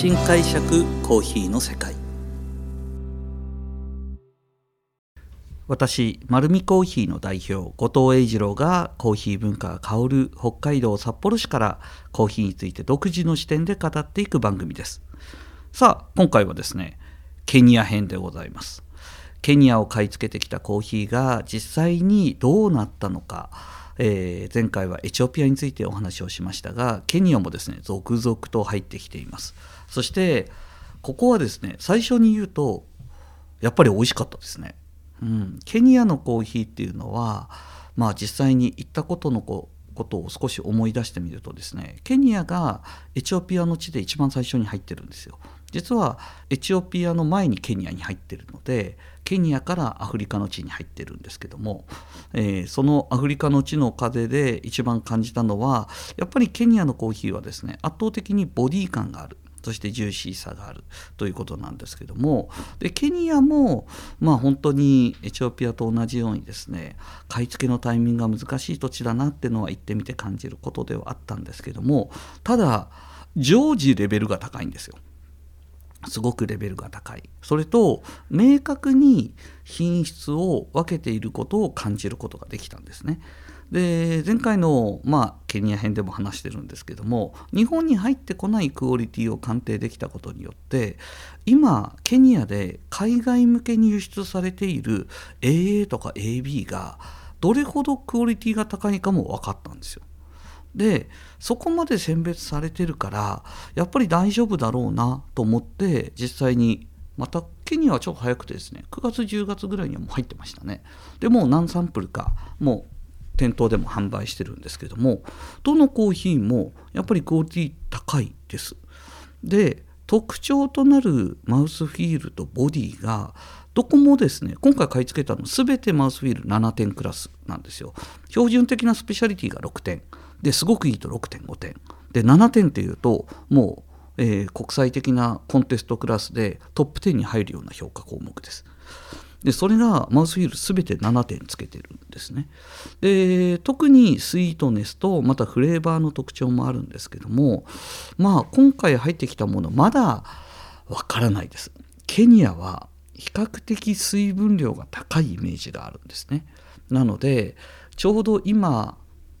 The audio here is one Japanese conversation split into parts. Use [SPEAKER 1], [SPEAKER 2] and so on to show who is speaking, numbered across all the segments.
[SPEAKER 1] 新解釈コーヒーの世界。私丸見コーヒーの代表後藤英二郎がコーヒー文化が香る北海道札幌市からコーヒーについて独自の視点で語っていく番組です。さあ今回はですね、ケニア編でございます。ケニアを買い付けてきたコーヒーが実際にどうなったのか、前回はエチオピアについてお話をしましたが、ケニアもですね続々と入ってきています。そしてここはですね、最初に言うとやっぱり美味しかったですね。ケニアのコーヒーっていうのは、実際に行ったことを少し思い出してみるとですね、ケニアがエチオピアの地で一番最初に入ってるんですよ。実はエチオピアの前にケニアに入ってるので、ケニアからアフリカの地に入ってるんですけども、そのアフリカの地の風で一番感じたのは、やっぱりケニアのコーヒーはですね、圧倒的にボディ感がある、そしてジューシーさがあるということなんですけども、でケニアも本当にエチオピアと同じようにですね、買い付けのタイミングが難しい土地だなっていうのは行ってみて感じることではあったんですけども、ただ常時レベルが高いんですよ。すごくレベルが高い。それと明確に品質を分けていることを感じることができたんですね。で前回の、ケニア編でも話してるんですけども、日本に入ってこないクオリティを鑑定できたことによって、今ケニアで海外向けに輸出されている AA とか AB がどれほどクオリティが高いかも分かったんですよ。でそこまで選別されてるからやっぱり大丈夫だろうなと思って、実際にまたケニアはちょっと早くてですね、9月10月ぐらいにはもう入ってましたね。でもう何サンプルかもう店頭でも販売してるんですけども、どのコーヒーもやっぱりクオリティ高いです。で特徴となるマウスフィールとボディがどこもですね、今回買い付けたの全てマウスフィール7点クラスなんですよ。標準的なスペシャリティが6点ですごくいいと 6.5 点で、7点っていうともう、国際的なコンテストクラスでトップ10に入るような評価項目です。でそれがマウスフィール全て7点つけてるんですね。で特にスイートネスとまたフレーバーの特徴もあるんですけども、今回入ってきたものまだわからないです。ケニアは比較的水分量が高いイメージがあるんですね。なのでちょうど今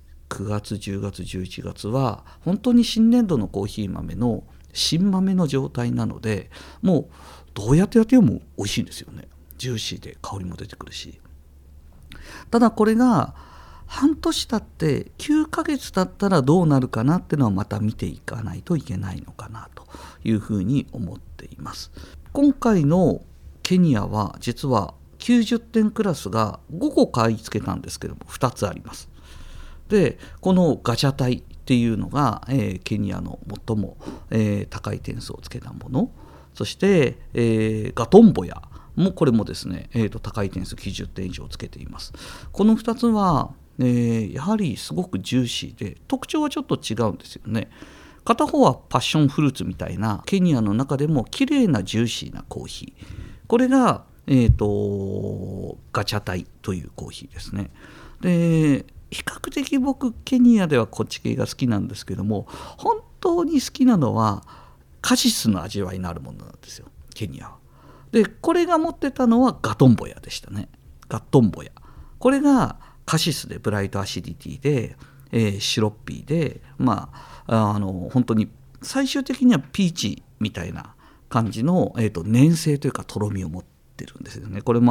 [SPEAKER 1] 9月10月11月は本当に新年度のコーヒー豆の新豆の状態なので、もうどうやってやっても美味しいんですよね。ジューシーで香りも出てくるし。ただこれが半年経って9ヶ月経ったらどうなるかなっていうのはまた見ていかないといけないのかなというふうに思っています。今回のケニアは実は90点クラスが5個買い付けたんですけども2つあります。でこのガチャタイっていうのが、ケニアの最も、高い点数をつけたもの、そして、ガトンボヤもこれもですね、高い点数90点以上つけています。この2つは、やはりすごくジューシーで特徴はちょっと違うんですよね。片方はパッションフルーツみたいなケニアの中でも綺麗なジューシーなコーヒー、これが、ガチャタイというコーヒーですね。で比較的僕ケニアではこっち系が好きなんですけども、本当に好きなのはカシスの味わいのあるものなんですよ、ケニアは。でこれが持ってたのはガトンボヤでしたね。ガトンボヤ、これがカシスでブライトアシディティで、シロッピーで、本当に最終的にはピーチみたいな感じの、粘性というかとろみを持ってるんですよね。これ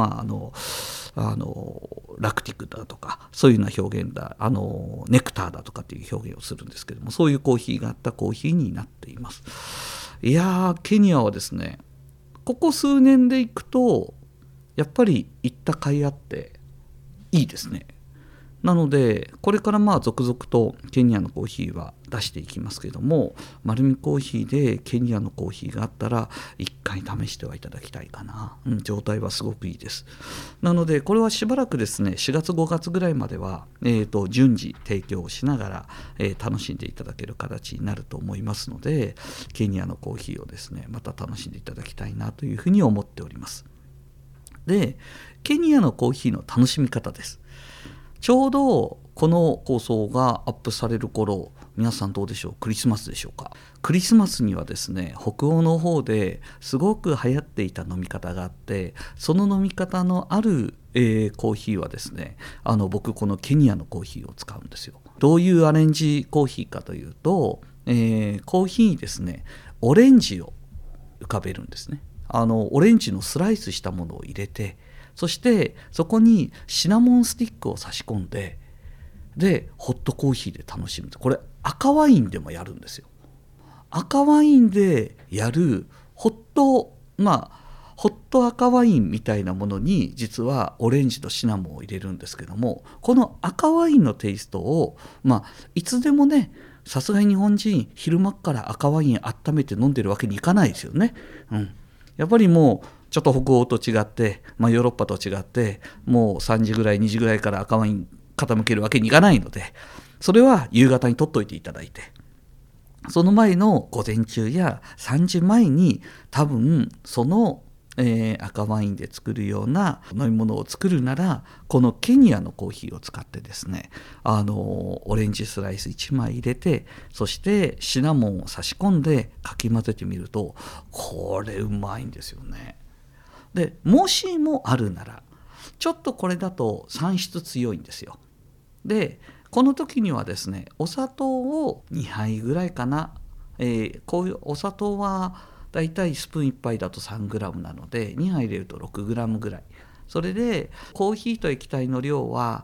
[SPEAKER 1] ラクティックだとかそういうような表現だ、ネクターだとかっていう表現をするんですけども、そういうコーヒーがあったコーヒーになっています。いやー、ケニアはですね、ここ数年で行くとやっぱり行った甲斐あっていいですね。なのでこれから続々とケニアのコーヒーは出していきますけども、丸見コーヒーでケニアのコーヒーがあったら一回試してはいただきたいかな。状態はすごくいいです。なのでこれはしばらくですね、4月5月ぐらいまでは、順次提供しながら、楽しんでいただける形になると思いますので、ケニアのコーヒーをですねまた楽しんでいただきたいなというふうに思っております。でケニアのコーヒーの楽しみ方です。 ちょうどこの放送がアップされる頃、皆さんどうでしょう、クリスマスでしょうか。クリスマスにはですね、北欧の方ですごく流行っていた飲み方があって、その飲み方のある、コーヒーはですね、僕このケニアのコーヒーを使うんですよ。どういうアレンジコーヒーかというと、コーヒーにですね、オレンジを浮かべるんですね。オレンジのスライスしたものを入れて、そしてそこにシナモンスティックを差し込んで、でホットコーヒーで楽しむ。これ赤ワインでもやるんですよ。赤ワインでやるホット赤ワインみたいなものに実はオレンジとシナモンを入れるんですけども、この赤ワインのテイストをいつでもね、さすがに日本人昼間から赤ワイン温めて飲んでるわけにいかないですよね。やっぱりもうちょっと北欧と違って、ヨーロッパと違ってもう3時ぐらい2時ぐらいから赤ワイン傾けるわけにいかないので、それは夕方に取っといていただいて、その前の午前中や3時前に多分その、赤ワインで作るような飲み物を作るなら、このケニアのコーヒーを使ってですね、オレンジスライス1枚入れて、そしてシナモンを差し込んでかき混ぜてみると、これうまいんですよね。でもしもあるなら、ちょっとこれだと酸質強いんですよ。でこの時にはですね、お砂糖を2杯ぐらいかな、こういうお砂糖はだいたいスプーン1杯だと 3g なので、2杯入れると 6g ぐらい。それでコーヒーと液体の量は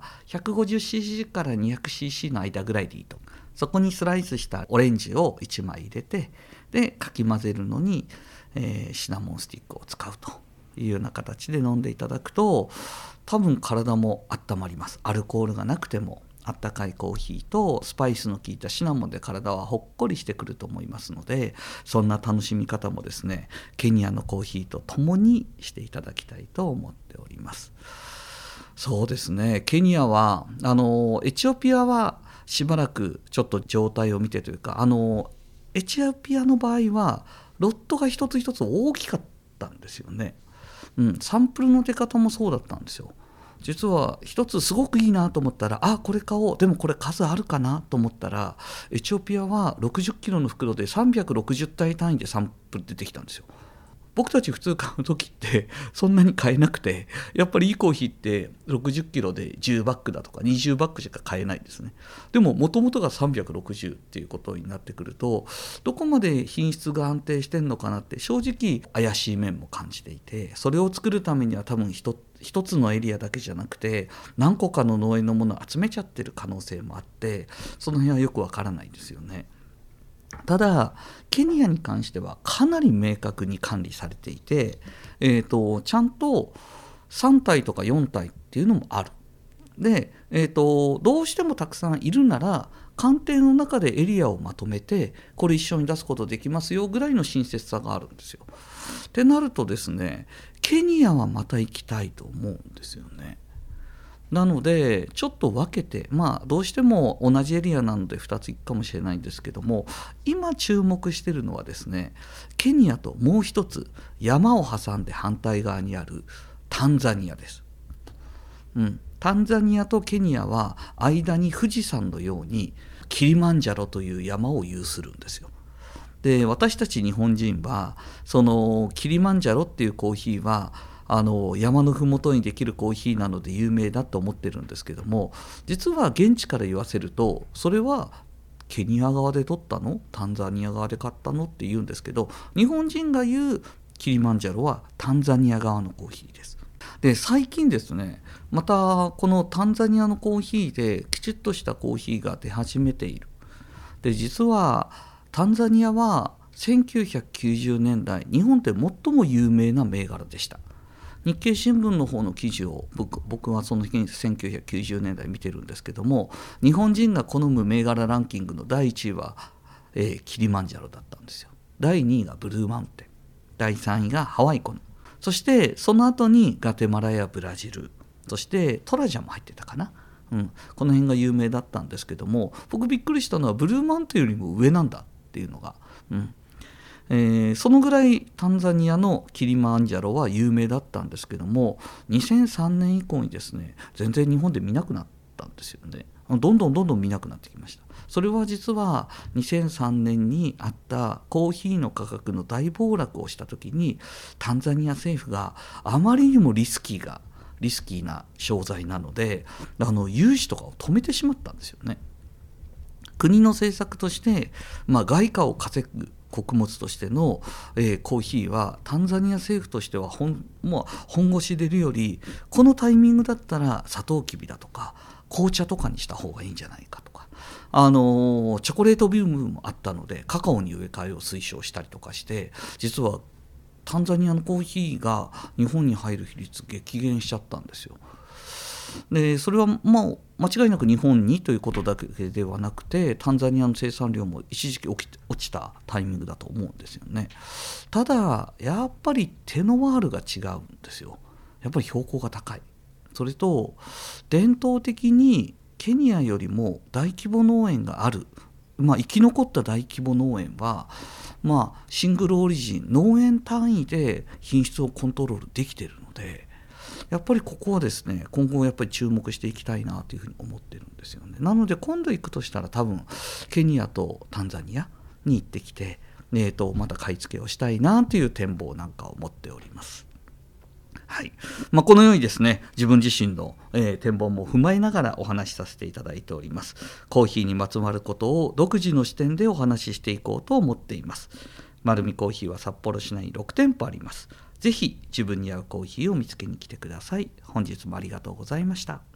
[SPEAKER 1] 150cc から 200cc の間ぐらいでいいと。そこにスライスしたオレンジを1枚入れて、でかき混ぜるのに、シナモンスティックを使うというような形で飲んでいただくと、多分体も温まります。アルコールがなくてもあったかいコーヒーとスパイスの効いたシナモンで体はほっこりしてくると思いますので、そんな楽しみ方もですね、ケニアのコーヒーとともにしていただきたいと思っております。そうですね、ケニアはエチオピアはしばらくちょっと状態を見てというか、エチオピアの場合はロットが一つ一つ大きかったんですよね。サンプルの出方もそうだったんですよ。実は一つすごくいいなと思ったら、これ買おう、でもこれ数あるかなと思ったら、エチオピアは60キロの袋で360体単位でサンプル出てきたんですよ。僕たち普通買う時ってそんなに買えなくて、やっぱりいいコーヒーって60キロで10バッグだとか20バッグしか買えないんですね。でも元々が360っていうことになってくると、どこまで品質が安定してんのかなって正直怪しい面も感じていて、それを作るためには多分一つのエリアだけじゃなくて何個かの農園のものを集めちゃってる可能性もあって、その辺はよくわからないですよね。ただケニアに関してはかなり明確に管理されていて、ちゃんと3体とか4体っていうのもある。で、どうしてもたくさんいるなら鑑定の中でエリアをまとめてこれ一緒に出すことできますよぐらいの親切さがあるんですよ。ってなるとですね、ケニアはまた行きたいと思うんですよね。なのでちょっと分けて、どうしても同じエリアなので2つ行くかもしれないんですけども、今注目してるのはですね、ケニアともう一つ山を挟んで反対側にあるタンザニアです。タンザニアとケニアは間に富士山のようにキリマンジャロという山を有するんですよ。で、私たち日本人はそのキリマンジャロっていうコーヒーは山のふもとにできるコーヒーなので有名だと思ってるんですけども、実は現地から言わせるとそれはケニア側で取ったの、タンザニア側で買ったのって言うんですけど、日本人が言うキリマンジャロはタンザニア側のコーヒーです。で、最近ですね、またこのタンザニアのコーヒーできちっとしたコーヒーが出始めている。で、実はタンザニアは1990年代日本で最も有名な銘柄でした。日経新聞の方の記事を僕はその時に1990年代見てるんですけども、日本人が好む銘柄ランキングの第1位は、キリマンジャロだったんですよ。第2位がブルーマウンテン、第3位がハワイコヌ、そしてその後にガテマラやブラジル、そしてトラジャも入ってたかな、この辺が有名だったんですけども、僕びっくりしたのはブルーマウンテンよりも上なんだっていうのが、そのぐらいタンザニアのキリマンジャロは有名だったんですけども、2003年以降にですね全然日本で見なくなっったんですよね。どんどん見なくなってきました。それは実は2003年にあったコーヒーの価格の大暴落をした時に、タンザニア政府があまりにもリスキーな商材なので融資とかを止めてしまったんですよね。国の政策として、外貨を稼ぐ穀物としての、コーヒーはタンザニア政府としては本腰出るより、このタイミングだったらサトウキビだとか紅茶とかにした方がいいんじゃないかとか、チョコレートブームもあったのでカカオに植え替えを推奨したりとかして、実はタンザニアのコーヒーが日本に入る比率激減しちゃったんですよ。でそれは間違いなく日本にということだけではなくて、タンザニアの生産量も一時期落ちたタイミングだと思うんですよね。ただやっぱりテノワールが違うんですよ。やっぱり標高が高い。それと伝統的にケニアよりも大規模農園がある、生き残った大規模農園は、シングルオリジン農園単位で品質をコントロールできているので、やっぱりここはですね、今後やっぱり注目していきたいなというふうに思ってるんですよね。なので今度行くとしたら多分ケニアとタンザニアに行ってきて、また買い付けをしたいなという展望なんかを持っております。はい。このようにですね、自分自身の、展望も踏まえながらお話しさせていただいております。コーヒーにまつわることを独自の視点でお話ししていこうと思っています。丸見コーヒーは札幌市内に6店舗あります。ぜひ自分に合うコーヒーを見つけに来てください。本日もありがとうございました。